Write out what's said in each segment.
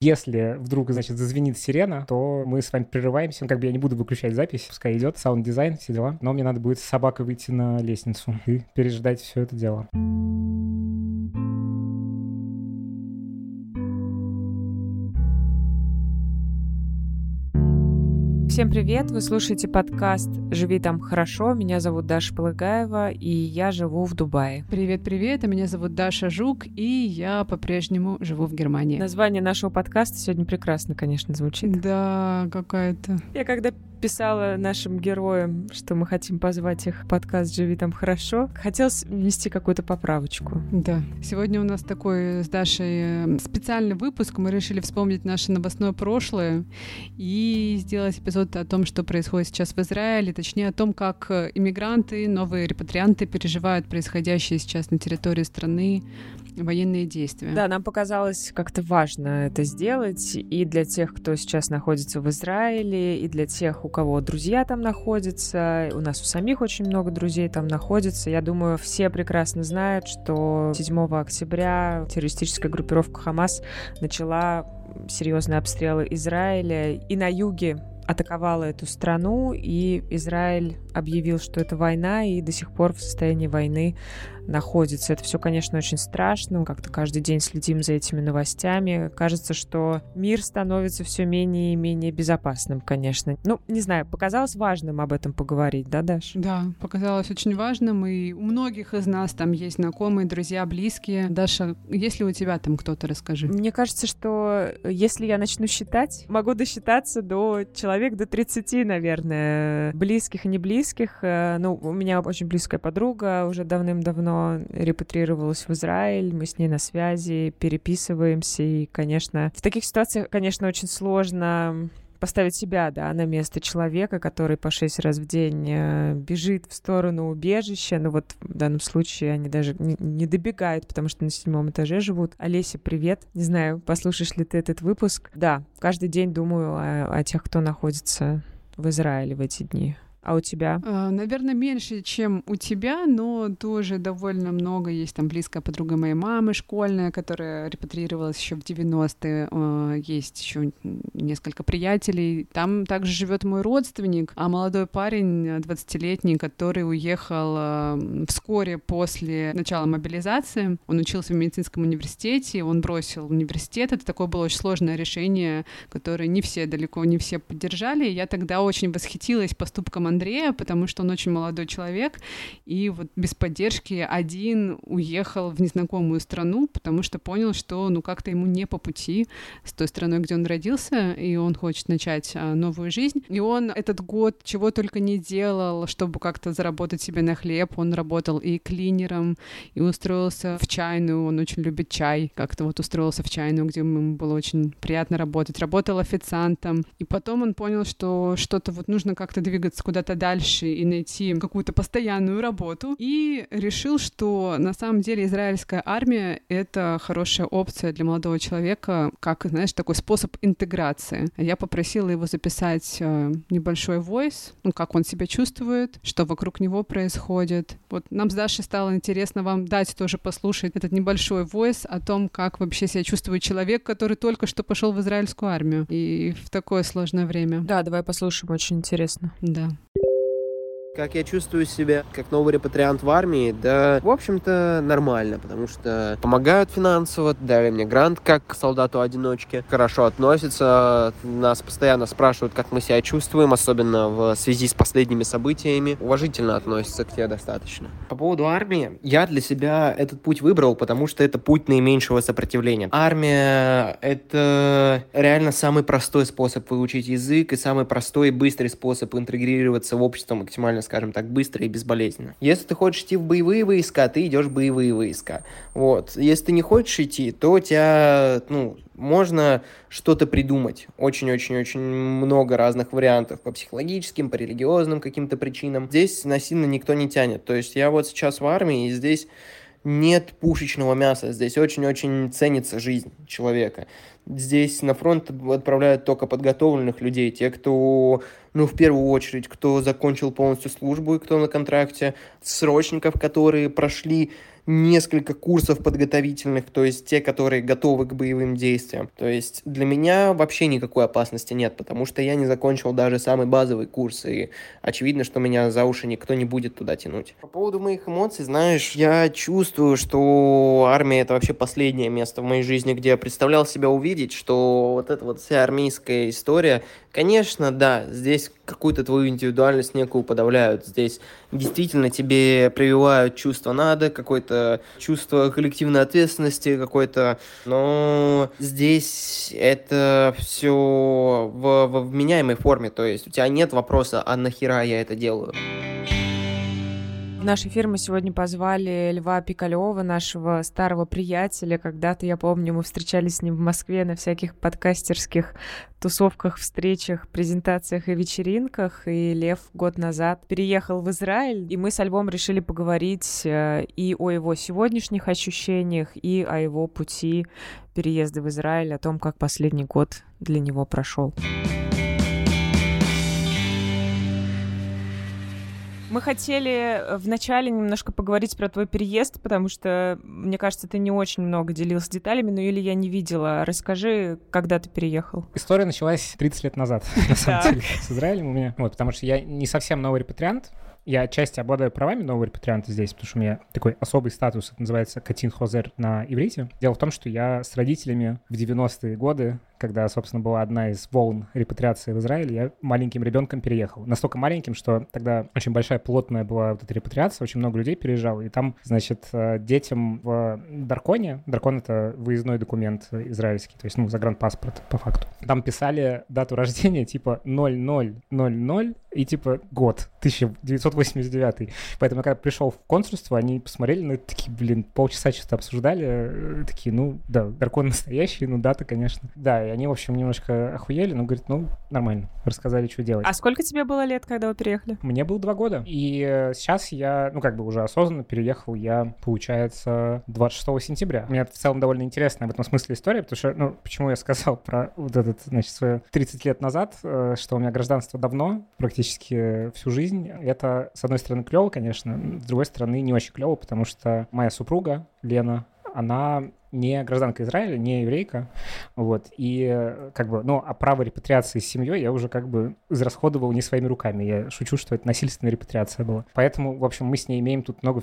Если вдруг, значит, зазвенит сирена, то мы с вами прерываемся. Как бы я не буду выключать запись, пускай идет, саунд-дизайн, все дела. Но мне надо будет с собакой выйти на лестницу и переждать все это дело. Всем привет! Вы слушаете подкаст «Живи там хорошо». Меня зовут Даша Полыгаева, и я живу в Дубае. Привет-привет! Меня зовут Даша Жук, и я по-прежнему живу в Германии. Название нашего подкаста сегодня прекрасно, конечно, звучит. Да, какая-то... Я когда писала нашим героям, что мы хотим позвать их в подкаст «Живи там хорошо», хотелось внести какую-то поправочку. Да. Сегодня у нас такой с Дашей специальный выпуск. Мы решили вспомнить наше новостное прошлое и сделать эпизод о том, что происходит сейчас в Израиле, точнее о том, как иммигранты, новые репатрианты переживают происходящие сейчас на территории страны военные действия. Да, нам показалось как-то важно это сделать и для тех, кто сейчас находится в Израиле, и для тех, у кого друзья там находятся. У нас у самих очень много друзей там находится. Я думаю, все прекрасно знают, что 7 октября террористическая группировка Хамас начала серьезные обстрелы Израиля и на юге атаковала эту страну, и Израиль объявил, что это война, и до сих пор в состоянии войны находится. Это все, конечно, очень страшно. Как-то каждый день следим за этими новостями. Кажется, что мир становится все менее и менее безопасным, конечно. Ну, не знаю, показалось важным об этом поговорить, да, Даш? Да, показалось очень важным, и у многих из нас там есть знакомые, друзья, близкие. Даша, есть ли у тебя там кто-то, расскажи. Мне кажется, что если я начну считать, могу досчитаться до человек до 30, наверное, близких и не близких. Ну, у меня очень близкая подруга уже давным-давно репатрировалась в Израиль, мы с ней на связи, переписываемся, и, конечно, в таких ситуациях, конечно, очень сложно поставить себя, да, на место человека, который по 6 раз в день бежит в сторону убежища. Ну вот в данном случае они даже не добегают, потому что на 7 этаже живут. Олеся, привет. Не знаю, послушаешь ли ты этот выпуск. Да, каждый день думаю о тех, кто находится в Израиле в эти дни. А у тебя? Наверное, меньше, чем у тебя, но тоже довольно много. Есть там близкая подруга моей мамы, школьная, которая репатрировалась еще в 90-е. Есть еще несколько приятелей. Там также живет мой родственник, а молодой парень, 20-летний, который уехал вскоре после начала мобилизации. Он учился в медицинском университете, он бросил университет. Это такое было очень сложное решение, которое далеко не все поддержали. Я тогда очень восхитилась поступком Андрея, потому что он очень молодой человек, и вот без поддержки один уехал в незнакомую страну, потому что понял, что как-то ему не по пути с той страной, где он родился, и он хочет начать новую жизнь. И он этот год чего только не делал, чтобы как-то заработать себе на хлеб. Он работал и клинером, и устроился в чайную, он очень любит чай, как-то вот устроился в чайную, где ему было очень приятно работать. Работал официантом, и потом он понял, что что-то вот нужно как-то двигаться куда-то дальше и найти какую-то постоянную работу. И решил, что на самом деле израильская армия — это хорошая опция для молодого человека, как, знаешь, такой способ интеграции. Я попросила его записать небольшой войс, как он себя чувствует, что вокруг него происходит. Вот нам с Дашей стало интересно вам дать тоже послушать этот небольшой войс о том, как вообще себя чувствует человек, который только что пошел в израильскую армию и в такое сложное время. Да, давай послушаем, очень интересно. Да. Как я чувствую себя как новый репатриант в армии? Да, в общем-то, нормально, потому что помогают финансово, дали мне грант как солдату-одиночке, хорошо относятся, нас постоянно спрашивают, как мы себя чувствуем, особенно в связи с последними событиями, уважительно относятся к тебе достаточно. По поводу армии, я для себя этот путь выбрал, потому что это путь наименьшего сопротивления. Армия — это реально самый простой способ выучить язык и самый простой и быстрый способ интегрироваться в общество максимально, скажем так, быстро и безболезненно. Если ты хочешь идти в боевые войска, ты идешь в боевые войска. Вот. Если ты не хочешь идти, то у тебя, можно что-то придумать. Очень-очень-очень много разных вариантов по психологическим, по религиозным каким-то причинам. Здесь насильно никто не тянет. То есть я вот сейчас в армии, и здесь нет пушечного мяса. Здесь очень-очень ценится жизнь человека. Здесь на фронт отправляют только подготовленных людей, те, кто, в первую очередь, кто закончил полностью службу и кто на контракте, срочников, которые прошли несколько курсов подготовительных, то есть те, которые готовы к боевым действиям. То есть для меня вообще никакой опасности нет, потому что я не закончил даже самый базовый курс, и очевидно, что меня за уши никто не будет туда тянуть. По поводу моих эмоций, знаешь, я чувствую, что армия — это вообще последнее место в моей жизни, где я представлял себя увидеть, что вот эта вот вся армейская история, конечно, да, здесь какую-то твою индивидуальность некую подавляют, здесь действительно тебе прививают чувство надо, какое-то чувство коллективной ответственности какое-то, но здесь это все в вменяемой форме, то есть у тебя нет вопроса, а нахера я это делаю? В наш эфир мы сегодня позвали Льва Пикалева, нашего старого приятеля. Когда-то, я помню, мы встречались с ним в Москве на всяких подкастерских тусовках, встречах, презентациях и вечеринках. И Лев год назад переехал в Израиль, и мы со Львом решили поговорить и о его сегодняшних ощущениях, и о его пути переезда в Израиль, о том, как последний год для него прошел. Мы хотели вначале немножко поговорить про твой переезд, потому что, мне кажется, ты не очень много делился деталями, но или я не видела. Расскажи, когда ты переехал. История началась 30 лет назад, на самом деле, с Израилем у меня. Вот, потому что я не совсем новый репатриант. Я отчасти обладаю правами нового репатрианта здесь, потому что у меня такой особый статус, это называется катин хозер на иврите. Дело в том, что я с родителями в 90-е годы, когда, собственно, была одна из волн репатриации в Израиле, я маленьким ребенком переехал. Настолько маленьким, что тогда очень большая, плотная была вот эта репатриация, очень много людей переезжало, и там, значит, детям в Дарконе, Даркон — это выездной документ израильский, то есть, загранпаспорт по факту, там писали дату рождения типа 0000 и типа год, 1989. Поэтому я когда пришел в консульство, они посмотрели на это, такие, полчаса что-то обсуждали, такие, да, Даркон настоящий, дата, конечно. Да, и они, в общем, немножко охуели, но говорят, нормально, рассказали, что делать. А сколько тебе было лет, когда вы переехали? Мне было 2 года. И сейчас я, уже осознанно переехал я, получается, 26 сентября. У меня в целом довольно интересная в этом смысле история, потому что, почему я сказал про вот этот, свое 30 лет назад, что у меня гражданство давно, практически всю жизнь. Это, с одной стороны, клево, конечно, с другой стороны, не очень клево, потому что моя супруга, Лена, она не гражданка Израиля, не еврейка, вот, и а право репатриации с семьей я уже израсходовал не своими руками, я шучу, что это насильственная репатриация была. Поэтому, в общем, мы с ней имеем тут много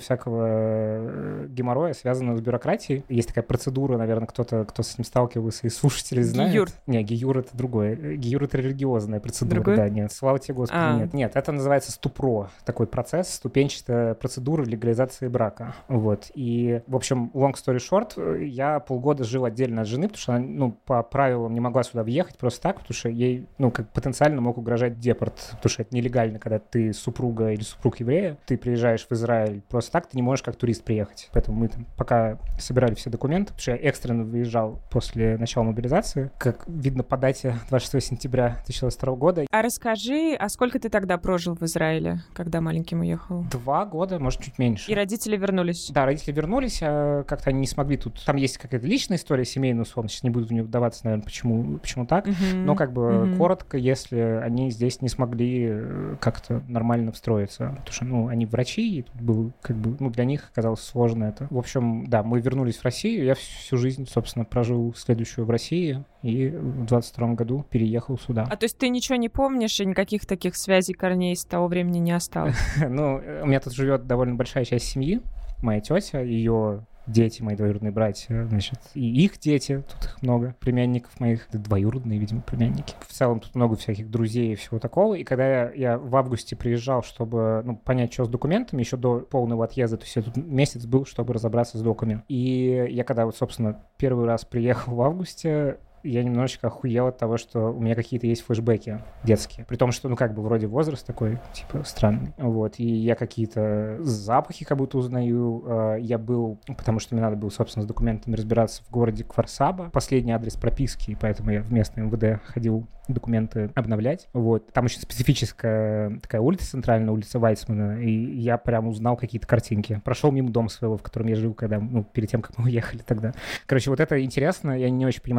всякого геморроя, связанного с бюрократией. Есть такая процедура, наверное, кто с этим сталкивался из слушателей знает. Гиюр. Не, гиюр — это другое. Гиюр — это религиозная процедура. Другой? Да, нет, слава тебе, Господи, нет. Нет, это называется ступро, такой процесс, ступенчатая процедура легализации брака, вот. И, в общем, long story short, я полгода жил отдельно от жены, потому что она, по правилам не могла сюда въехать просто так, потому что ей, потенциально мог угрожать депорт, потому что это нелегально, когда ты супруга или супруг еврея, ты приезжаешь в Израиль просто так, ты не можешь как турист приехать. Поэтому мы там пока собирали все документы, потому что я экстренно выезжал после начала мобилизации, как видно по дате 26 сентября 2022 года. А расскажи, а сколько ты тогда прожил в Израиле, когда маленьким уехал? 2 года, может, чуть меньше. И родители вернулись? Да, родители вернулись, а как-то они не смогли тут... Там есть какая-то личная история семейная, условно, сейчас не буду в нее вдаваться, наверное, почему так, но коротко, если они здесь не смогли как-то нормально встроиться, потому что, они врачи, и тут был, для них оказалось сложно это. В общем, да, мы вернулись в Россию, я всю жизнь, собственно, прожил следующую в России, и в 22 году переехал сюда. А то есть ты ничего не помнишь, и никаких таких связей, корней с того времени не осталось? У меня тут живет довольно большая часть семьи, моя тетя, ее дети, мои двоюродные братья, и их дети, тут их много, племянников моих, двоюродные, видимо, племянники. В целом тут много всяких друзей и всего такого, и когда я в августе приезжал, чтобы, понять, что с документами, еще до полного отъезда, то есть я тут месяц был, чтобы разобраться с документами. И я когда собственно, первый раз приехал в августе, я немножечко охуел от того, что у меня какие-то есть флешбеки детские. При том, что, вроде возраст такой, странный. Вот, и я какие-то запахи как будто узнаю. Я был, потому что мне надо было, собственно, с документами разбираться в городе Кфар-Саба. Последний адрес прописки, поэтому я в местное МВД ходил документы обновлять. Вот. Там очень специфическая такая улица центральная, улица Вайцмана, и я прям узнал какие-то картинки. Прошел мимо дома своего, в котором я жил, когда, перед тем, как мы уехали тогда. Короче, вот это интересно. Я не очень понимаю, как это работает.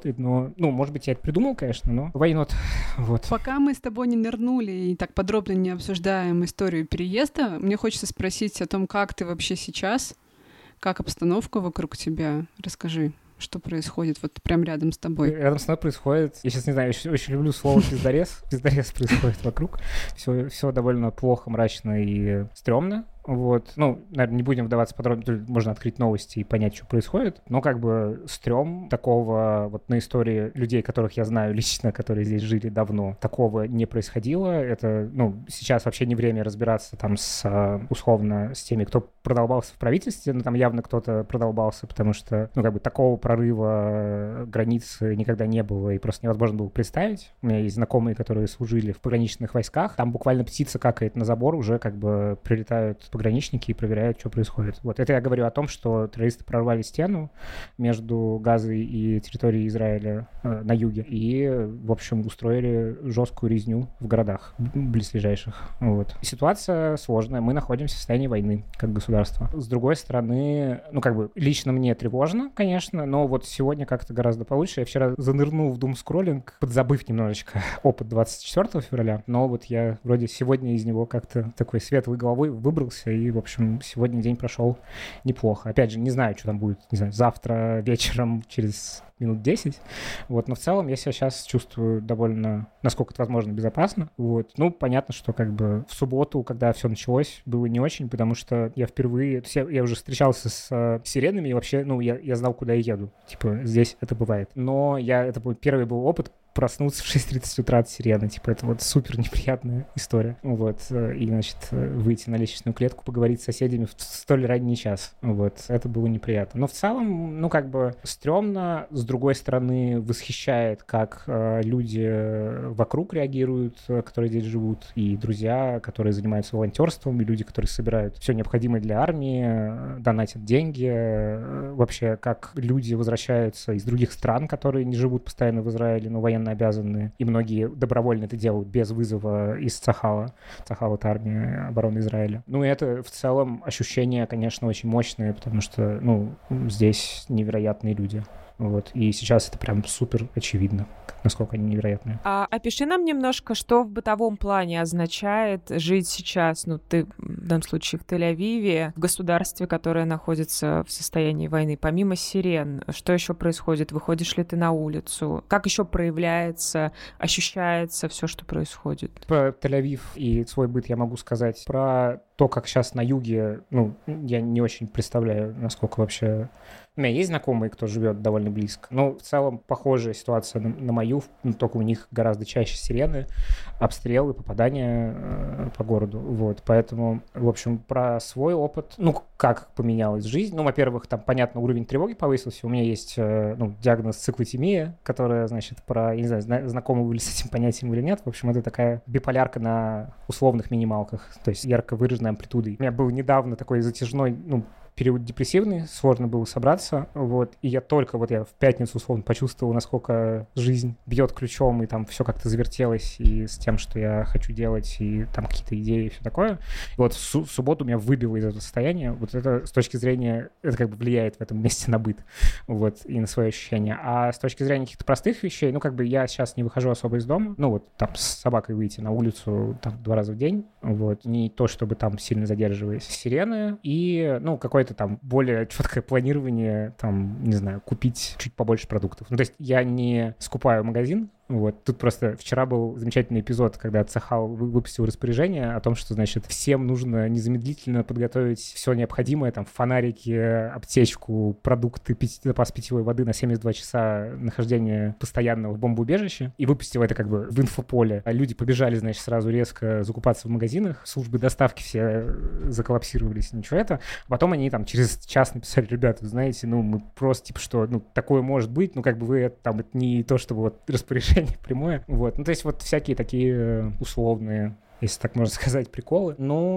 работает, но, может быть, я это придумал, конечно, но why not? Вот. Пока мы с тобой не нырнули и так подробно не обсуждаем историю переезда, мне хочется спросить о том, как ты вообще сейчас, как обстановка вокруг тебя. Расскажи, что происходит вот прям рядом с тобой. Рядом с мной происходит, я сейчас не знаю, я очень люблю слово пиздарез. Пиздарез происходит вокруг. Все довольно плохо, мрачно и стрёмно. Вот, наверное, не будем вдаваться подробно, можно открыть новости и понять, что происходит, но как бы стрём такого вот на истории людей, которых я знаю лично, которые здесь жили давно, такого не происходило. Это, сейчас вообще не время разбираться там условно с теми, кто продолбался в правительстве, там явно кто-то продолбался, потому что, как бы такого прорыва границы никогда не было и просто невозможно было представить. У меня есть знакомые, которые служили в пограничных войсках, там буквально птица какает на забор, уже как бы прилетают пограничники и проверяют, что происходит. Вот это я говорю о том, что террористы прорвали стену между Газой и территорией Израиля на юге и, в общем, устроили жесткую резню в городах близлежащих. Вот. Ситуация сложная. Мы находимся в состоянии войны как государство. С другой стороны, лично мне тревожно, конечно, но вот сегодня как-то гораздо получше. Я вчера занырнул в думскроллинг, подзабыв немножечко опыт 24 февраля, но вот я вроде сегодня из него как-то такой светлой головой выбрался. И, в общем, сегодня день прошел неплохо. Опять же, не знаю, что там будет, не знаю, завтра вечером через минут 10. Вот, но в целом я себя сейчас чувствую довольно, насколько это возможно, безопасно. Вот. Понятно, что как бы в субботу, когда все началось, было не очень, потому что я впервые, то есть я уже встречался с сиренами, и вообще, я знал, куда я еду. Типа, здесь это бывает. Но это первый был опыт проснуться в 6:30 утра от сирены. Типа, это вот супер неприятная история. Вот. И, значит, выйти на лестничную клетку, поговорить с соседями в столь ранний час. Вот. Это было неприятно. Но в целом, стрёмно. С другой стороны, восхищает, как люди вокруг реагируют, которые здесь живут, и друзья, которые занимаются волонтерством, и люди, которые собирают все необходимое для армии, донатят деньги. Вообще, как люди возвращаются из других стран, которые не живут постоянно в Израиле, но военно обязаны, и многие добровольно это делают без вызова из Цахала. Цахал — это армия обороны Израиля. И это в целом ощущение, конечно, очень мощное, потому что, здесь невероятные люди. Вот. И сейчас это прям супер очевидно, насколько они невероятные. А опиши нам немножко, что в бытовом плане означает жить сейчас, ты в данном случае в Тель-Авиве, в государстве, которое находится в состоянии войны. Помимо сирен, что еще происходит? Выходишь ли ты на улицу? Как еще проявляется, ощущается все, что происходит? Про Тель-Авив и свой быт я могу сказать. Про то, как сейчас на юге, я не очень представляю, насколько вообще... У меня есть знакомые, кто живет довольно близко, но в целом похожая ситуация на мою, только у них гораздо чаще сирены, обстрелы, попадания по городу. Вот, поэтому, в общем, про свой опыт, как поменялась жизнь. Во-первых, там, понятно, уровень тревоги повысился. У меня есть, диагноз циклотемия, которая, значит, я не знаю, знакомы вы ли с этим понятием или нет. В общем, это такая биполярка на условных минималках, то есть ярко выраженной амплитудой. У меня был недавно такой затяжной, период депрессивный, сложно было собраться, вот, и я в пятницу, условно, почувствовал, насколько жизнь бьет ключом, и там все как-то завертелось, и с тем, что я хочу делать, и там какие-то идеи, и все такое. И вот в субботу меня выбило из этого состояния, вот это с точки зрения, это как бы влияет в этом месте на быт, вот, и на свои ощущения. А с точки зрения каких-то простых вещей, я сейчас не выхожу особо из дома, там с собакой выйти на улицу, 2 раза в день, вот, не то, чтобы там сильно задерживаясь. Сирены и, какой-то там более четкое планирование, не знаю, купить чуть побольше продуктов. То есть я не скупаю магазин, вот. Тут просто вчера был замечательный эпизод, когда Цахал выпустил распоряжение о том, что, значит, всем нужно незамедлительно подготовить все необходимое, фонарики, аптечку, продукты, запас питьевой воды на 72 часа нахождения постоянного в бомбоубежище, и выпустил это как бы в инфополе. А люди побежали, значит, сразу резко закупаться в магазинах, службы доставки все заколлапсировались, ничего это. Потом они через час написали: ребята, знаете, мы просто, такое может быть, вы это не то, чтобы распоряжение прямое. Вот. То есть всякие такие условные если так можно сказать, приколы. Ну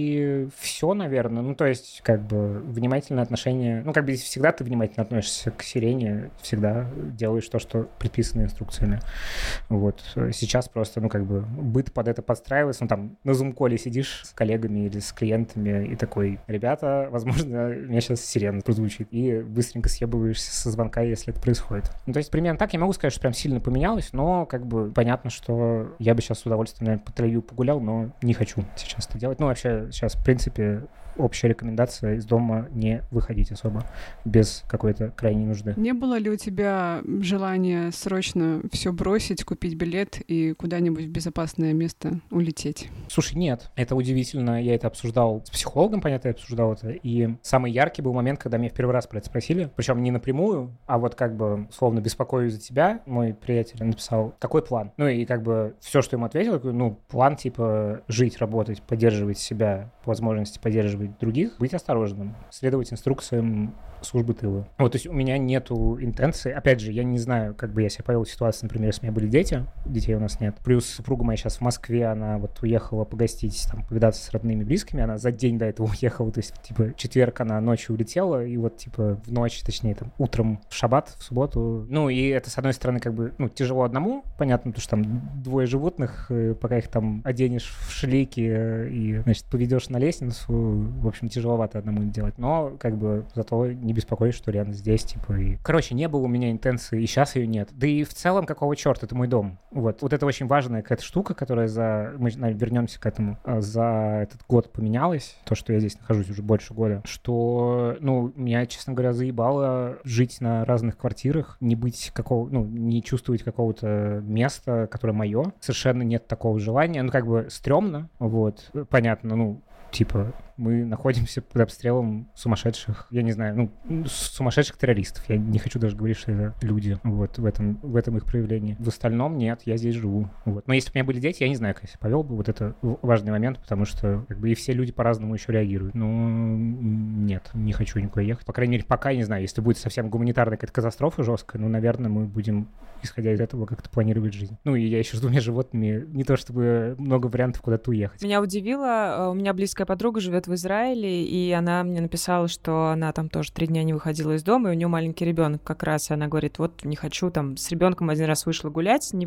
и все, наверное. Ну то есть как бы внимательное отношение. Ну как бы всегда ты внимательно относишься к сирене, всегда делаешь то, что предписано инструкциями. Вот. Сейчас просто, ну как бы быт под это подстраивается. Ну там на зум-коле сидишь с коллегами или с клиентами и такой: ребята, возможно, у меня сейчас сирена прозвучит. И быстренько съебываешься со звонка, если это происходит. Ну то есть примерно так. Я могу сказать, что прям сильно поменялось, но как бы понятно, что я бы сейчас с удовольствием, наверное, по Тель-Авиву погулял, но не хочу сейчас это делать. Ну вообще сейчас, в принципе, общая рекомендация: из дома не выходить особо без какой-то крайней нужды. Не было ли у тебя желания срочно все бросить, купить билет и куда-нибудь в безопасное место улететь? Слушай, нет. Это удивительно. Я это обсуждал с психологом, понятно, я обсуждал это. И самый яркий был момент, когда меня в первый раз про это спросили. Причем не напрямую, а вот как бы, условно, беспокоюсь за тебя. Мой приятель написал: какой план? Ну и как бы все, что ему ответил, ну, план типа жить, работать, поддерживать себя, по возможности поддерживать других, быть осторожным, следовать инструкциям службы тыла. Вот, то есть у меня нету интенции. Опять же, я не знаю, как бы я себя повел в ситуации, например, если у меня были дети, детей у нас нет. Плюс супруга моя сейчас в Москве, она вот уехала погостить, там, повидаться с родными, близкими, она за день до этого уехала, то есть, типа, четверг она ночью улетела, и вот, типа, в ночь, точнее, там, утром в шаббат, в субботу. Ну, и это, с одной стороны, как бы, ну, тяжело одному, понятно, потому что там двое животных, пока их там оденешь в шлейки и, значит, поведешь на лестницу, в общем, тяжеловато одному делать. Но, как бы, зато не беспокоюсь, что реально здесь, типа, и... Короче, не было у меня интенции, и сейчас ее нет. Да и в целом, какого черта, это мой дом. Вот. Вот это очень важная какая-то штука, которая мы, наверное, вернемся к этому, за этот год поменялась, то, что я здесь нахожусь уже больше года, что, ну, меня, честно говоря, заебало жить на разных квартирах, не быть не чувствовать какого-то места, которое мое. Совершенно нет такого желания. Ну, как бы, стрёмно, вот, понятно, ну, типа, мы находимся под обстрелом сумасшедших, я не знаю, сумасшедших террористов. Я не хочу даже говорить, что это люди, вот, в этом их проявлении. В остальном нет, я здесь живу. Вот. Но если бы у меня были дети, я не знаю, как я себя повел бы. Вот это важный момент, потому что, как бы, и все люди по-разному еще реагируют. Но нет, не хочу никуда ехать. По крайней мере, пока, я не знаю, если будет совсем гуманитарная какая-то катастрофа жесткая, наверное, мы будем, исходя из этого, как-то планировать жизнь. Ну, и я еще с двумя животными, не то чтобы много вариантов куда-то уехать. Меня удивило, у меня близкая подруга живет в Израиле, и она мне написала, что она там тоже 3 дня не выходила из дома, и у нее маленький ребенок как раз, и она говорит: вот не хочу, там, с ребенком один раз вышла гулять, не в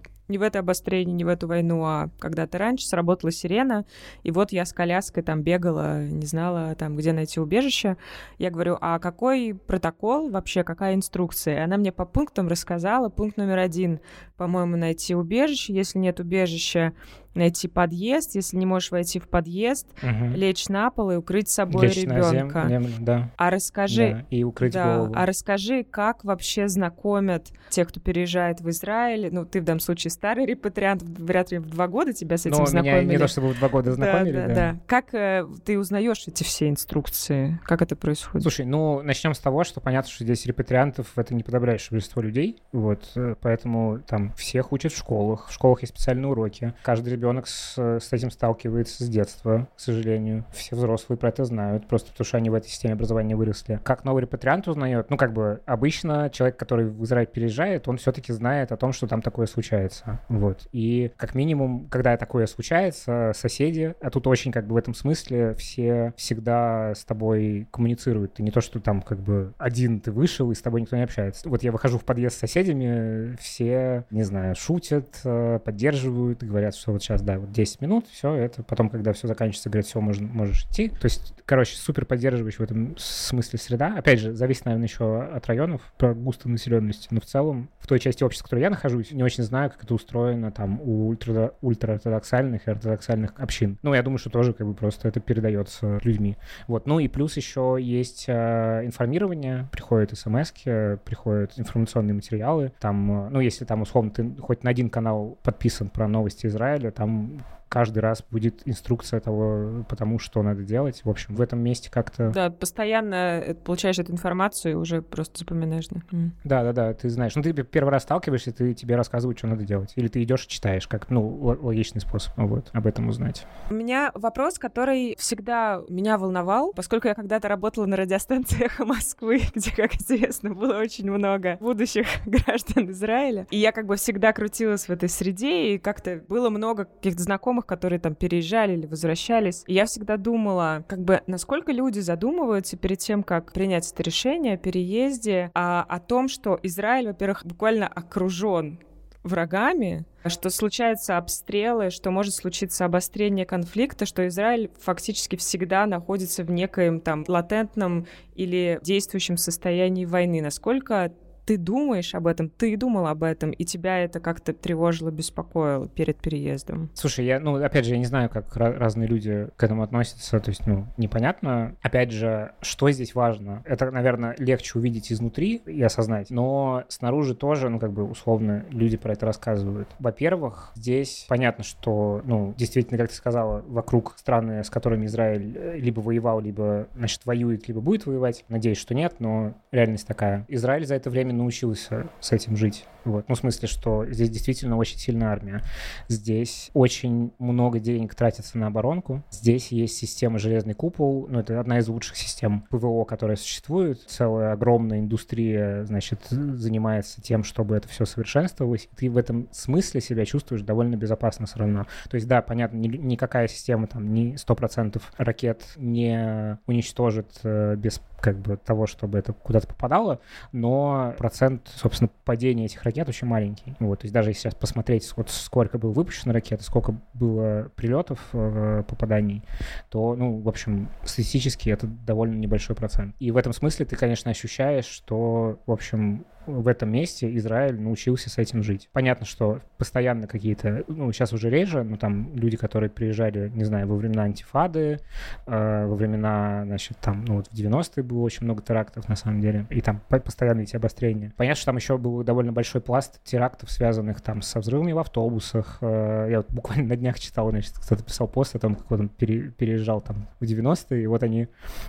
это обострение, не в эту войну, а когда-то раньше сработала сирена, и вот я с коляской там бегала, не знала там, где найти убежище. Я говорю: а какой протокол вообще, какая инструкция? И она мне по пунктам рассказала. Пункт номер 1, по-моему, найти убежище. Если нет убежища, найти подъезд. Если не можешь войти в подъезд, лечь на пол и укрыть собой ребенка. Да. А расскажи, да, и укрыть голову. А расскажи, как вообще знакомят тех, кто переезжает в Израиль? Ну, ты в данном случае старый репатриант, вряд ли в 2 года тебя с этим знакомили. Меня не то, чтобы в 2 года знакомили, да. Как ты узнаешь эти все инструкции? Как это происходит? Слушай, начнем с того, что понятно, что здесь репатриантов это не подобрающее большинство людей, вот, поэтому там всех учат в школах. В школах есть специальные уроки. Каждый ребенок с этим сталкивается с детства, к сожалению. Все взрослые про это знают, просто потому что они в этой системе образования выросли. Как новый репатриант узнает? Ну, как бы, обычно человек, который в Израиль переезжает, он все-таки знает о том, что там такое случается. Вот. И, как минимум, когда такое случается, соседи, а тут очень, как бы, в этом смысле все всегда с тобой коммуницируют. Ты не то, что там, как бы, один ты вышел, и с тобой никто не общается. Вот я выхожу в подъезд с соседями, все, не знаю, шутят, поддерживают, говорят, что вот сейчас, да, вот 10 минут, все это. Потом, когда все заканчивается, говорят: все, можешь идти. То есть, короче, супер поддерживающая в этом смысле среда. Опять же, зависит, наверное, еще от районов, про густонаселенности. Но в целом, в той части общества, в которой я нахожусь, не очень знаю, как это устроено там у ультраортодоксальных и ортодоксальных общин. Ну, я думаю, что тоже, как бы, просто это передается людьми. Вот. Ну и плюс еще есть информирование. Приходят смс-ки, приходят информационные материалы. Там, ну, если там, условно, ты хоть на один канал подписан про новости Израиля, там каждый раз будет инструкция того, потому что надо делать. В общем, в этом месте как-то... Да, постоянно получаешь эту информацию и уже просто запоминаешь. Да, ты знаешь. Ну, ты первый раз сталкиваешься, тебе рассказывают, что надо делать. Или ты идешь и читаешь, как, логичный способ вот, об этом узнать. У меня вопрос, который всегда меня волновал, поскольку я когда-то работала на радиостанции «Эхо Москвы», где, как известно, было очень много будущих граждан Израиля. И я как бы всегда крутилась в этой среде, и как-то было много каких-то знакомых, знакомых, которые там переезжали или возвращались. И я всегда думала, как бы, насколько люди задумываются перед тем, как принять это решение о переезде, о том, что Израиль, во-первых, буквально окружен врагами, что случаются обстрелы, что может случиться обострение конфликта, что Израиль фактически всегда находится в некоем там латентном или действующем состоянии войны. Насколько ты думаешь об этом, ты думал об этом, и тебя это как-то тревожило, беспокоило перед переездом? Слушай, опять же, я не знаю, как разные люди к этому относятся, то есть, непонятно. Опять же, что здесь важно? Это, наверное, легче увидеть изнутри и осознать, но снаружи тоже, условно, люди про это рассказывают. Во-первых, здесь понятно, что, действительно, как ты сказала, вокруг страны, с которыми Израиль либо воевал, либо, воюет, либо будет воевать. Надеюсь, что нет, но реальность такая. Израиль за это время научился с этим жить. В смысле, что здесь действительно очень сильная армия. Здесь очень много денег тратится на оборонку. Здесь есть система «Железный купол». Это одна из лучших систем ПВО, которая существует. Целая огромная индустрия, занимается тем, чтобы это все совершенствовалось. И ты в этом смысле себя чувствуешь довольно безопасно все равно. То есть, да, понятно, никакая система, ни 100% ракет не уничтожит без того, чтобы это куда-то попадало, но процент, собственно, падения этих ракет очень маленький. То есть даже если сейчас посмотреть, сколько было выпущено ракет, сколько было прилетов, попаданий, то, в общем, статистически это довольно небольшой процент. И в этом смысле ты, конечно, ощущаешь, что, в общем, в этом месте Израиль научился с этим жить. Понятно, что постоянно какие-то, сейчас уже реже, но там люди, которые приезжали, не знаю, во времена антифады, во времена, в 90-е было очень много терактов, на самом деле, и там постоянно эти обострения. Понятно, что там еще был довольно большой пласт терактов, связанных там со взрывами в автобусах. Я буквально на днях читал, кто-то писал пост о том, как он переезжал там в 90-е, и они,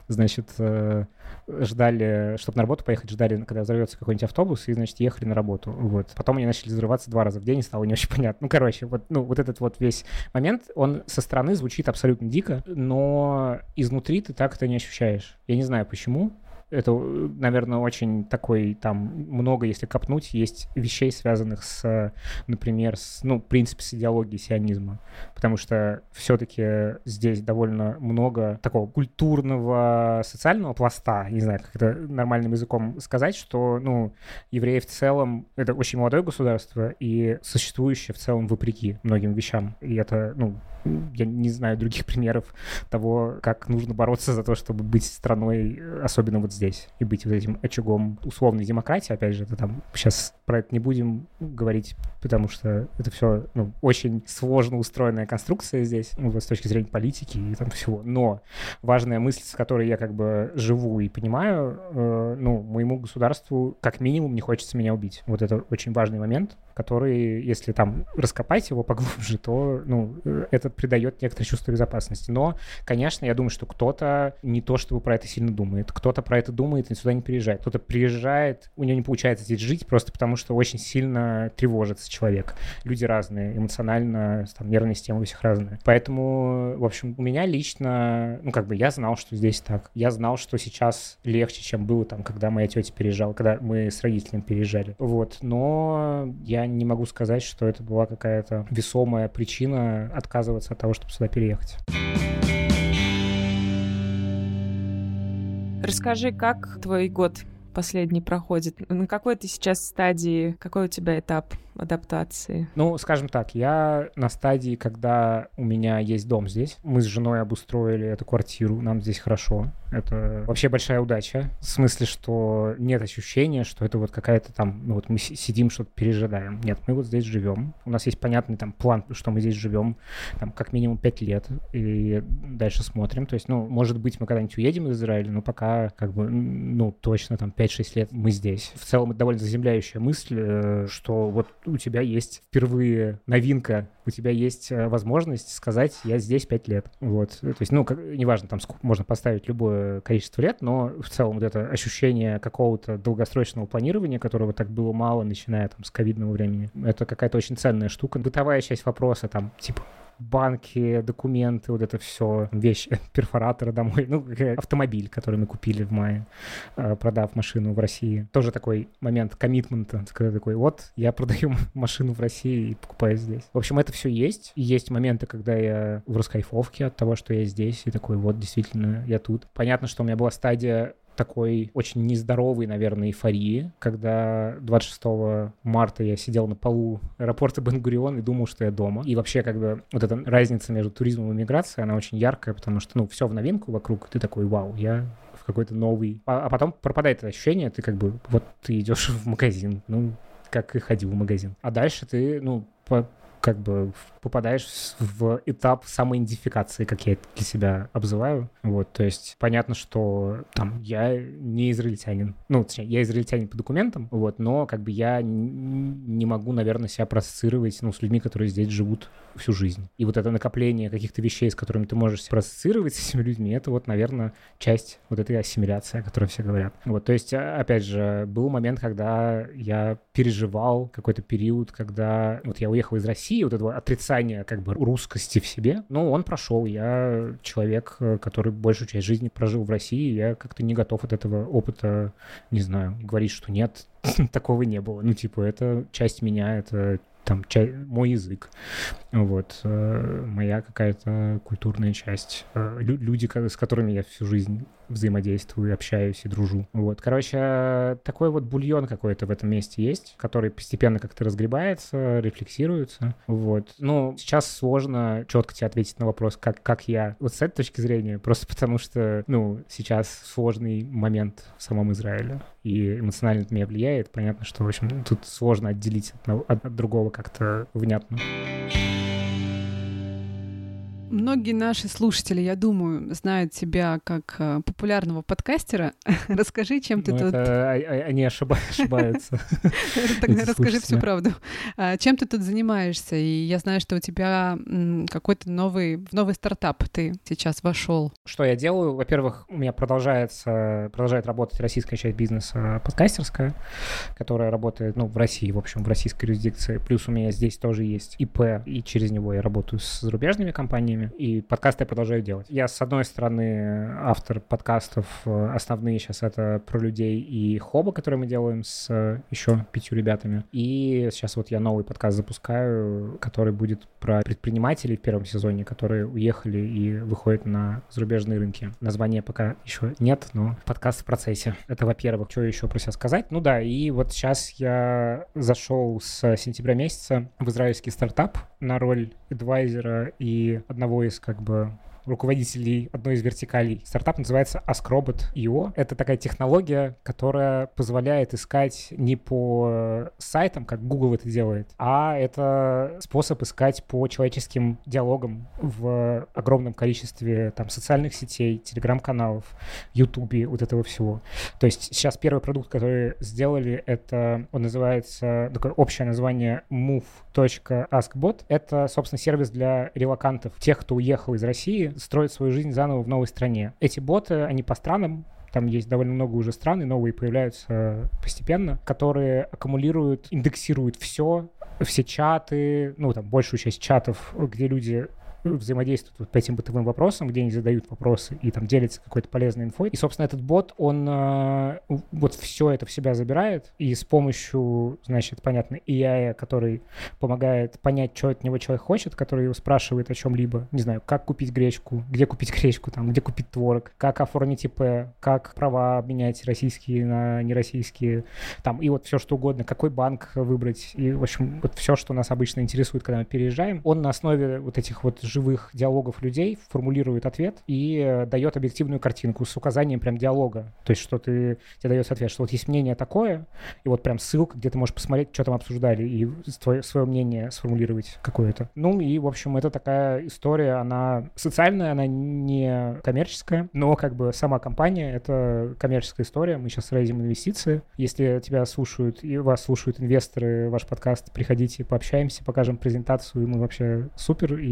ждали, чтобы на работу поехать, ждали, когда взорвется какой-нибудь автобус, и, ехали на работу. Потом они начали взрываться 2 раза в день, и стало не очень понятно. Этот весь момент, он со стороны звучит абсолютно дико, но изнутри ты так это не ощущаешь. Я не знаю, почему. Это, наверное, очень такой, там, много, если копнуть, есть вещей, связанных с, например, в принципе, с идеологией сионизма. Потому что все-таки здесь довольно много такого культурного, социального пласта, не знаю, как это нормальным языком сказать, что, евреи в целом, это очень молодое государство и существующее в целом вопреки многим вещам. И это, я не знаю других примеров того, как нужно бороться за то, чтобы быть страной, особенно здесь, и быть этим очагом условной демократии. Опять же, это там сейчас про это не будем говорить, потому что это все очень сложно устроенная конструкция здесь, с точки зрения политики и там всего. Но важная мысль, с которой я живу и понимаю, моему государству как минимум не хочется меня убить. Это очень важный момент, который, если там раскопать его поглубже, то, это придает некоторое чувство безопасности. Но, конечно, я думаю, что кто-то не то чтобы про это сильно думает, кто-то про это думает и сюда не приезжает. Кто-то приезжает, у него не получается здесь жить просто потому, что очень сильно тревожится человек. Люди разные, эмоционально, нервная система у всех разная. Поэтому, в общем, у меня лично, я знал, что здесь так. Я знал, что сейчас легче, чем было там, когда моя тетя переезжала, когда мы с родителями переезжали. Но я не могу сказать, что это была какая-то весомая причина отказываться от того, чтобы сюда переехать. Расскажи, как твой год последний проходит? На какой ты сейчас стадии? Какой у тебя этап адаптации? Скажем так, я на стадии, когда у меня есть дом здесь. Мы с женой обустроили эту квартиру, нам здесь хорошо. Это вообще большая удача. В смысле, что нет ощущения, что это какая-то там, мы сидим, что-то пережидаем. Нет, мы здесь живем. У нас есть понятный там план, что мы здесь живем там как минимум 5 лет. И дальше смотрим. То есть, может быть, мы когда-нибудь уедем из Израиля, но пока точно там 5-6 лет мы здесь. В целом, это довольно заземляющая мысль, что у тебя есть впервые новинка, у тебя есть возможность сказать, я здесь 5 лет. То есть, неважно, там можно поставить любое количество лет, но в целом это ощущение какого-то долгосрочного планирования, которого так было мало, начиная там с ковидного времени, это какая-то очень ценная штука. Бытовая часть вопроса там, банки, документы, вот это все, вещи, перфоратора домой, ну, автомобиль, который мы купили в мае, продав машину в России. Тоже такой момент коммитмента, когда такой, вот, я продаю машину в России и покупаю здесь. В общем, это все есть. И есть моменты, когда я в раскайфовке от того, что я здесь, и такой, вот, действительно, я тут. Понятно, что у меня была стадия такой очень нездоровой, наверное, эйфории, когда 26 марта я сидел на полу аэропорта Бен-Гурион и думал, что я дома. И вообще, как бы, вот эта разница между туризмом и миграцией, она очень яркая, потому что, ну, все в новинку вокруг, ты такой, вау, я в какой-то новый... А потом пропадает это ощущение, ты как бы, вот ты идешь в магазин, ну, как и ходил в магазин. А дальше ты, ну, как бы попадаешь в этап самоидентификации, как я для себя обзываю. Вот, то есть понятно, что там я не израильтянин. Ну, точнее, я израильтянин по документам, вот, но как бы я не могу, наверное, себя проассоциировать, ну, с людьми, которые здесь живут всю жизнь. И вот это накопление каких-то вещей, с которыми ты можешь себя проассоциировать с этими людьми, это вот, наверное, часть вот этой ассимиляции, о которой все говорят. Вот, то есть, опять же, был момент, когда я переживал какой-то период, когда вот я уехал из России, вот этого отрицания как бы русскости в себе, но он прошел. Я человек, который большую часть жизни прожил в России, я как-то не готов от этого опыта, не знаю, говорить, что нет, такого не было. Ну, типа, это часть меня, это там мой язык, вот, моя какая-то культурная часть, люди, с которыми я всю жизнь взаимодействую, общаюсь и дружу. Вот, короче, такой вот бульон какой-то в этом месте есть, который постепенно как-то разгребается, рефлексируется, вот. Ну, сейчас сложно четко тебе ответить на вопрос, как я, вот с этой точки зрения, просто потому что, ну, сейчас сложный момент в самом Израиле, и эмоционально это меня влияет. Понятно, что, в общем, тут сложно отделить от другого как-то внятно. Многие наши слушатели, я думаю, знают тебя как популярного подкастера. Расскажи, чем ты тут... Они ошибаются. Тогда расскажи всю правду. Чем ты тут занимаешься? И я знаю, что у тебя какой-то новый стартап ты сейчас вошел. Что я делаю? Во-первых, у меня продолжает работать российская часть бизнеса подкастерская, которая работает, ну, в России, в общем, в российской юрисдикции. Плюс у меня здесь тоже есть ИП, и через него я работаю с зарубежными компаниями. И подкасты я продолжаю делать. Я, с одной стороны, автор подкастов. Основные сейчас это про людей и Хоба, который мы делаем с еще 5 ребятами. И сейчас вот я новый подкаст запускаю, который будет про предпринимателей в первом сезоне, которые уехали и выходят на зарубежные рынки. Названия пока еще нет, но подкаст в процессе. Это, во-первых. Что еще про себя сказать? Ну да, и вот сейчас я зашел с сентября месяца в израильский стартап на роль адвайзера и одного из как бы руководителей одной из вертикалей. Стартап называется AskRobot.io. Это такая технология, которая позволяет искать не по сайтам, как Google это делает, а это способ искать по человеческим диалогам в огромном количестве там социальных сетей, телеграм-каналов, ютубе, вот этого всего. То есть сейчас первый продукт, который сделали, это, он называется, такое общее название move.askbot. Это, собственно, сервис для релокантов, тех, кто уехал из России, строить свою жизнь заново в новой стране. Эти боты, они по странам, там есть довольно много уже стран, и новые появляются постепенно, которые аккумулируют, индексируют все чаты, ну, там, большую часть чатов, где люди взаимодействуют вот по этим бытовым вопросам, где они задают вопросы и там делятся какой-то полезной инфой. И, собственно, этот бот, он вот все это в себя забирает, и с помощью, значит, понятно, AI, который помогает понять, что от него человек хочет, который его спрашивает о чем-либо, не знаю, как купить гречку, где там, где купить творог, как оформить ИП, как права обменять российские на нероссийские, там, и вот все что угодно, какой банк выбрать, и, в общем, вот все, что нас обычно интересует, когда мы переезжаем, он на основе вот этих вот живых диалогов людей формулирует ответ и дает объективную картинку с указанием прям диалога. То есть, что тебе дается ответ, что вот есть мнение такое, и вот прям ссылка, где ты можешь посмотреть, что там обсуждали, и свое мнение сформулировать какое-то. Ну и, в общем, это такая история, она социальная, она не коммерческая, но как бы сама компания — это коммерческая история. Мы сейчас рейзим инвестиции. Если тебя слушают и вас слушают инвесторы, ваш подкаст, приходите, пообщаемся, покажем презентацию, и мы вообще супер, и каждый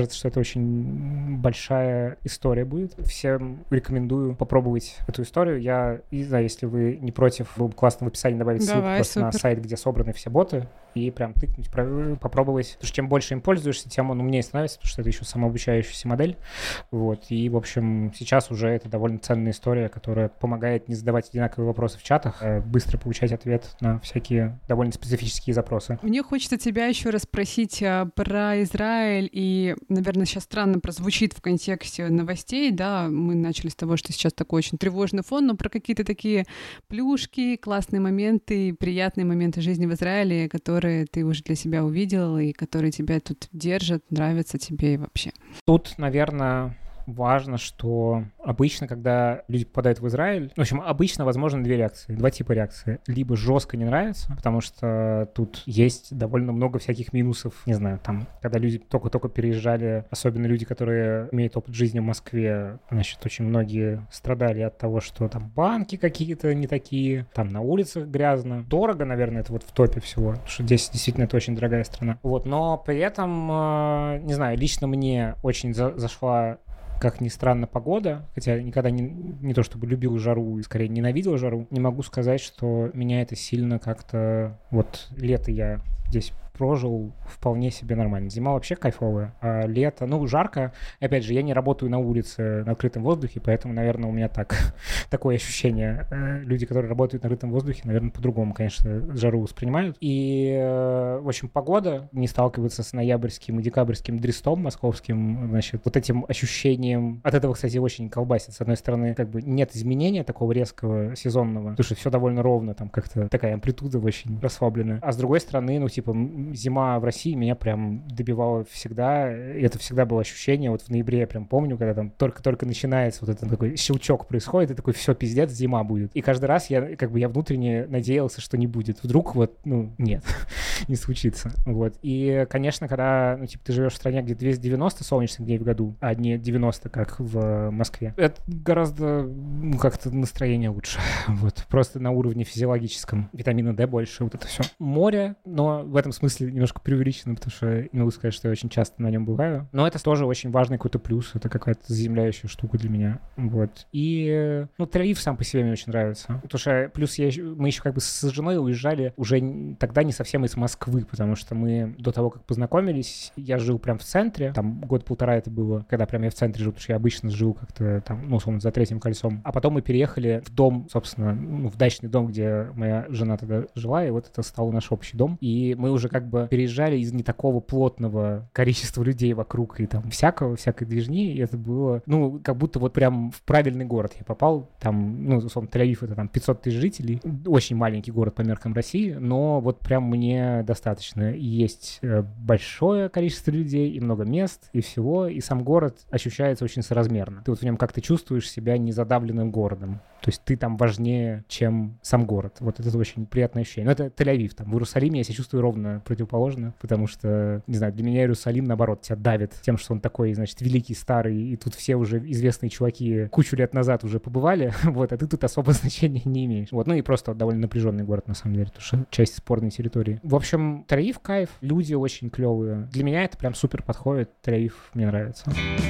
кажется, что это очень большая история будет. Всем рекомендую попробовать эту историю. Я не знаю, если вы не против, было бы классно в описании добавить ссылку просто на сайт, где собраны все боты, и прям тыкнуть, попробовать. Потому что чем больше им пользуешься, тем он умнее становится, потому что это еще самообучающаяся модель. Вот. И, в общем, сейчас уже это довольно ценная история, которая помогает не задавать одинаковые вопросы в чатах, а быстро получать ответ на всякие довольно специфические запросы. Мне хочется тебя еще раз спросить про Израиль, и, наверное, сейчас странно прозвучит в контексте новостей, да, мы начали с того, что сейчас такой очень тревожный фон, но про какие-то такие плюшки, классные моменты, приятные моменты жизни в Израиле, которые ты уже для себя увидел и которые тебя тут держат, нравятся тебе и вообще. Тут, наверное, важно, что обычно, когда люди попадают в Израиль, в общем, обычно возможно две реакции, два типа реакции. Либо жестко не нравится, потому что тут есть довольно много всяких минусов. Не знаю, там, когда люди только-только переезжали, особенно люди, которые имеют опыт жизни в Москве, значит, очень многие страдали от того, что там банки какие-то не такие, там на улицах грязно. Дорого, наверное, это вот в топе всего, потому что здесь действительно это очень дорогая страна. Вот, но при этом, не знаю, лично мне очень зашла, как ни странно, погода, хотя никогда не то чтобы любил жару и скорее ненавидел жару, не могу сказать, что меня это сильно как-то... Вот лето я здесь прожил вполне себе нормально. Зима вообще кайфовая, а лето, жарко. Опять же, я не работаю на улице на открытом воздухе, поэтому, наверное, у меня такое ощущение. Люди, которые работают на открытом воздухе, наверное, по-другому, конечно, жару воспринимают. И, в общем, погода, не сталкиваться с ноябрьским и декабрьским дрестом московским, значит, вот этим ощущением, от этого, кстати, очень колбасит. С одной стороны, как бы нет изменения такого резкого сезонного, потому что все довольно ровно, там как-то такая амплитуда очень расслабленная. А с другой стороны, зима в России меня прям добивала всегда. И это всегда было ощущение. Вот в ноябре я прям помню, когда там только-только начинается вот этот такой щелчок происходит, и такой, все, пиздец, зима будет. И каждый раз я внутренне надеялся, что не будет. Вдруг нет, не случится. Вот. И, конечно, когда, ты живешь в стране, где 290 солнечных дней в году, а не 90, как в Москве, это гораздо, как-то настроение лучше. Вот. Просто на уровне физиологическом. Витамина D больше, вот это все. Море, но в этом смысле немножко преувеличено, потому что не могу сказать, что я очень часто на нем бываю. Но это тоже очень важный какой-то плюс. Это какая-то заземляющая штука для меня. Вот. И, Тель-Авив сам по себе мне очень нравится. Потому что плюс мы еще как бы с женой уезжали уже тогда не совсем из Москвы, потому что мы до того, как познакомились, я жил прям в центре. Там год-полтора это было, когда прям я в центре жил, потому что я обычно жил как-то там, условно, за Третьим кольцом. А потом мы переехали в дом, собственно, в дачный дом, где моя жена тогда жила, и вот это стал наш общий дом. И мы уже как бы переезжали из не такого плотного количества людей вокруг и там всякой движни, и это было, как будто вот прям в правильный город я попал. Там, условно, Тель-Авив — это там 500 тысяч жителей. Очень маленький город по меркам России, но вот прям мне достаточно. И есть большое количество людей, и много мест, и всего, и сам город ощущается очень соразмерно. Ты вот в нем как-то чувствуешь себя незадавленным городом. То есть ты там важнее, чем сам город. Вот это очень приятное ощущение. Но это Тель-Авив. Там в Иерусалиме я себя чувствую ровно противоположно, потому что, не знаю, для меня Иерусалим, наоборот, тебя давит тем, что он такой, значит, великий, старый, и тут все уже известные чуваки кучу лет назад уже побывали, вот, а ты тут особо значения не имеешь. Вот, и просто довольно напряженный город, на самом деле, потому что часть спорной территории. В общем, Тель-Авив кайф, люди очень клевые. Для меня это прям супер подходит, Тель-Авив мне нравится.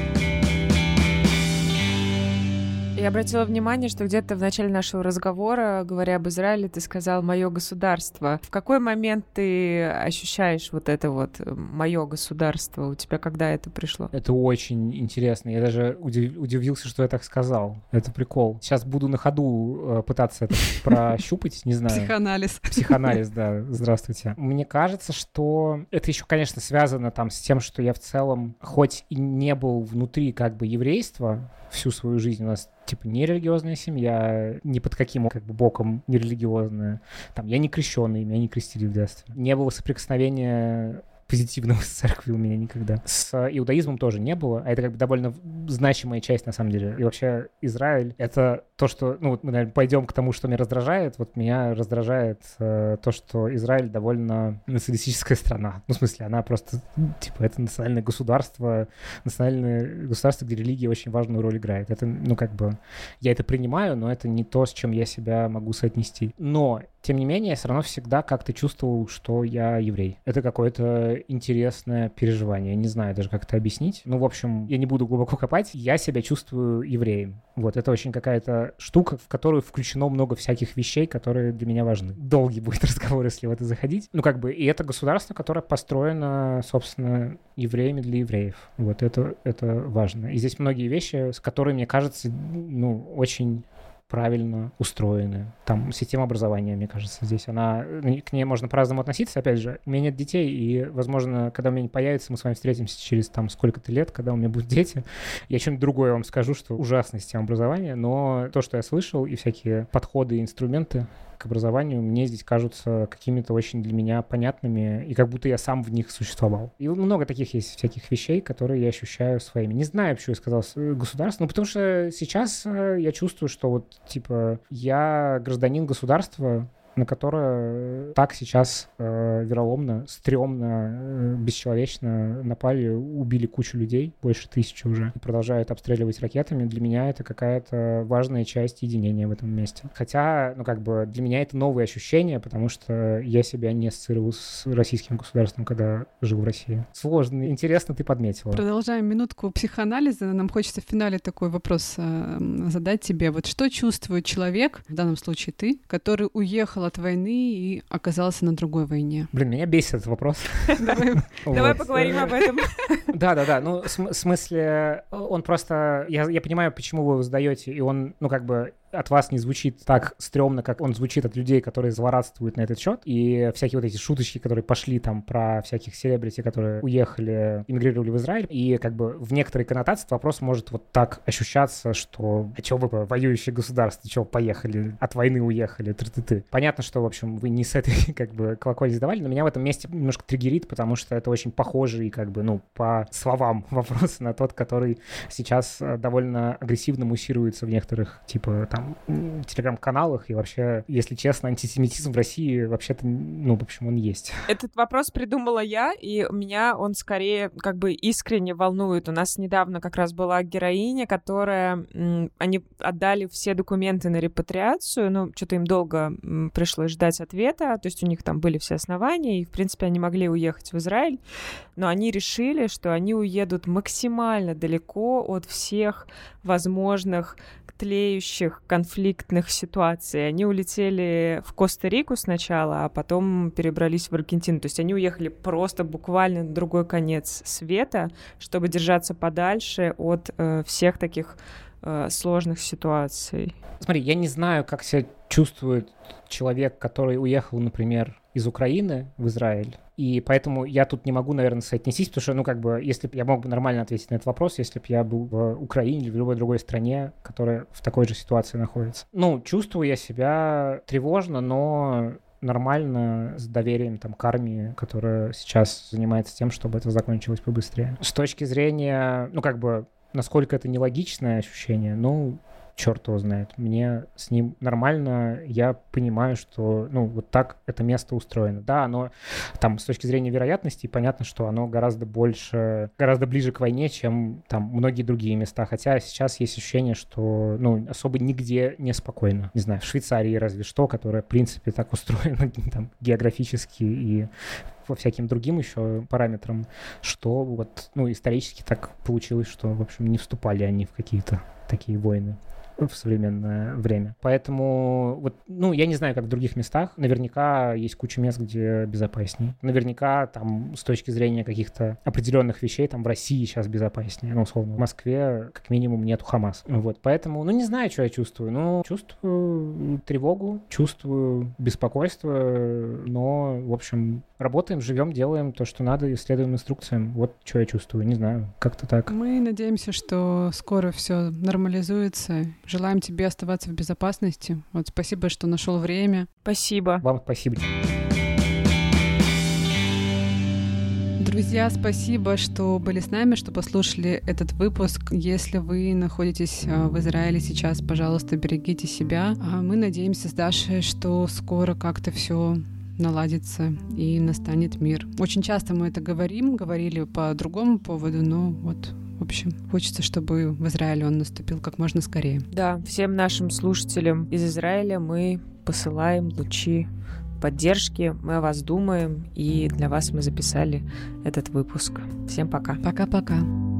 Я обратила внимание, что где-то в начале нашего разговора, говоря об Израиле, ты сказал «моё государство». В какой момент ты ощущаешь вот это вот «моё государство»? У тебя когда это пришло? Это очень интересно. Я даже удивился, что я так сказал. Это прикол. Сейчас буду на ходу пытаться это прощупать, не знаю. Психоанализ, да. Здравствуйте. Мне кажется, что это еще, конечно, связано там с тем, что я в целом, хоть и не был внутри как бы еврейства всю свою жизнь, у нас типа не религиозная семья, ни под каким как бы боком не религиозная. Там я не крещеный, меня не крестили в детстве. Не было соприкосновения позитивного с церковью у меня никогда. С иудаизмом тоже не было, а это как бы довольно значимая часть на самом деле. И вообще Израиль — это то, что, ну, мы, наверное, пойдем к тому, что меня раздражает. Вот меня раздражает то, что Израиль довольно националистическая страна. Ну, в смысле, она просто, типа, это национальное государство, где религия очень важную роль играет. Это, ну, как бы, я это принимаю, но это не то, с чем я себя могу соотнести. Но, тем не менее, я все равно всегда как-то чувствовал, что я еврей. Это какое-то интересное переживание. Я не знаю даже, как это объяснить. Ну, в общем, я не буду глубоко копать. Я себя чувствую евреем. Вот, это очень какая-то штука, в которую включено много всяких вещей, которые для меня важны. Долгий будет разговор, если в это заходить. Ну, как бы, и это государство, которое построено, собственно, евреями для евреев. Вот, это важно. И здесь многие вещи, с которыми, мне кажется, ну, очень правильно устроены. Там система образования, мне кажется, здесь к ней можно по-разному относиться. Опять же, у меня нет детей, и, возможно, когда у меня не появится, мы с вами встретимся через там сколько-то лет, когда у меня будут дети, я что-нибудь другое вам скажу, что ужасная система образования, но то, что я слышал, и всякие подходы и инструменты к образованию мне здесь кажутся какими-то очень для меня понятными, и как будто я сам в них существовал. И много таких есть всяких вещей, которые я ощущаю своими. Не знаю, почему я сказал государство, но потому что сейчас я чувствую, что вот, типа, я гражданин государства, на которое так сейчас вероломно, стрёмно, бесчеловечно напали, убили кучу людей, больше 1000 уже, и продолжают обстреливать ракетами. Для меня это какая-то важная часть единения в этом месте. Хотя, ну, как бы, для меня это новые ощущения, потому что я себя не ассоциировал с российским государством, когда жил в России. Сложно, интересно ты подметила. Продолжаем минутку психоанализа. Нам хочется в финале такой вопрос задать тебе. Вот что чувствует человек, в данном случае ты, который уехал от войны и оказался на другой войне? Блин, меня бесит этот вопрос. Давай поговорим об этом. Да. Ну, в смысле, он просто... Я понимаю, почему вы его задаете, и он, ну, как бы, от вас не звучит так стрёмно, как он звучит от людей, которые злорадствуют на этот счет. И всякие вот эти шуточки, которые пошли там про всяких селебрити, которые уехали, эмигрировали в Израиль. И как бы в некоторой коннотации этот вопрос может вот так ощущаться, что а чё вы, воюющее государство, чё поехали, от войны уехали, ты. Понятно, что, в общем, вы не с этой как бы колокольни задавали, но меня в этом месте немножко триггерит, потому что это очень похожий, как бы, ну, по словам вопрос на тот, который сейчас довольно агрессивно муссируется в некоторых, типа, там, телеграм-каналах, и вообще, если честно, антисемитизм в России вообще-то, ну, в общем, он есть. Этот вопрос придумала я, и меня он скорее как бы искренне волнует. У нас недавно как раз была героиня, которая... Они отдали все документы на репатриацию, ну, что-то им долго пришлось ждать ответа, то есть у них там были все основания, и, в принципе, они могли уехать в Израиль, но они решили, что они уедут максимально далеко от всех возможных тлеющих конфликтных ситуаций. Они улетели в Коста-Рику сначала, а потом перебрались в Аргентину. То есть они уехали просто буквально на другой конец света, чтобы держаться подальше от всех таких сложных ситуаций. Смотри, я не знаю, как себя чувствует человек, который уехал, например, из Украины в Израиль. И поэтому я тут не могу, наверное, соотнестись, потому что, ну, как бы, если бы я мог бы нормально ответить на этот вопрос, если бы я был в Украине или в любой другой стране, которая в такой же ситуации находится. Ну, чувствую я себя тревожно, но нормально, с доверием там, к армии, которая сейчас занимается тем, чтобы это закончилось побыстрее. С точки зрения, ну, как бы, насколько это нелогичное ощущение, ну, черт его знает. Мне с ним нормально, я понимаю, что, ну, вот так это место устроено. Да, оно там с точки зрения вероятности понятно, что оно гораздо больше, гораздо ближе к войне, чем там многие другие места. Хотя сейчас есть ощущение, что, ну, особо нигде не спокойно. Не знаю, в Швейцарии разве что, которая, в принципе, так устроена там географически и по всяким другим еще параметрам, что вот, ну, исторически так получилось, что, в общем, не вступали они в какие-то такие войны в современное время. Поэтому, вот, ну, я не знаю, как в других местах. Наверняка есть куча мест, где безопаснее. Наверняка там с точки зрения каких-то определенных вещей там в России сейчас безопаснее. Ну, условно, в Москве как минимум нету Хамас. Вот, поэтому, ну, не знаю, что я чувствую. Ну, чувствую тревогу, чувствую беспокойство, но, в общем, работаем, живем, делаем то, что надо, и следуем инструкциям. Вот что я чувствую, не знаю, как-то так. Мы надеемся, что скоро все нормализуется. Желаем тебе оставаться в безопасности. Вот спасибо, что нашел время. Спасибо. Вам спасибо. Друзья, спасибо, что были с нами, что послушали этот выпуск. Если вы находитесь в Израиле сейчас, пожалуйста, берегите себя. А мы надеемся с Дашей, что скоро как-то все наладится и настанет мир. Очень часто мы это говорили по другому поводу, но вот, в общем, хочется, чтобы в Израиле он наступил как можно скорее. Да, всем нашим слушателям из Израиля мы посылаем лучи поддержки, мы о вас думаем, и для вас мы записали этот выпуск. Всем пока. Пока-пока.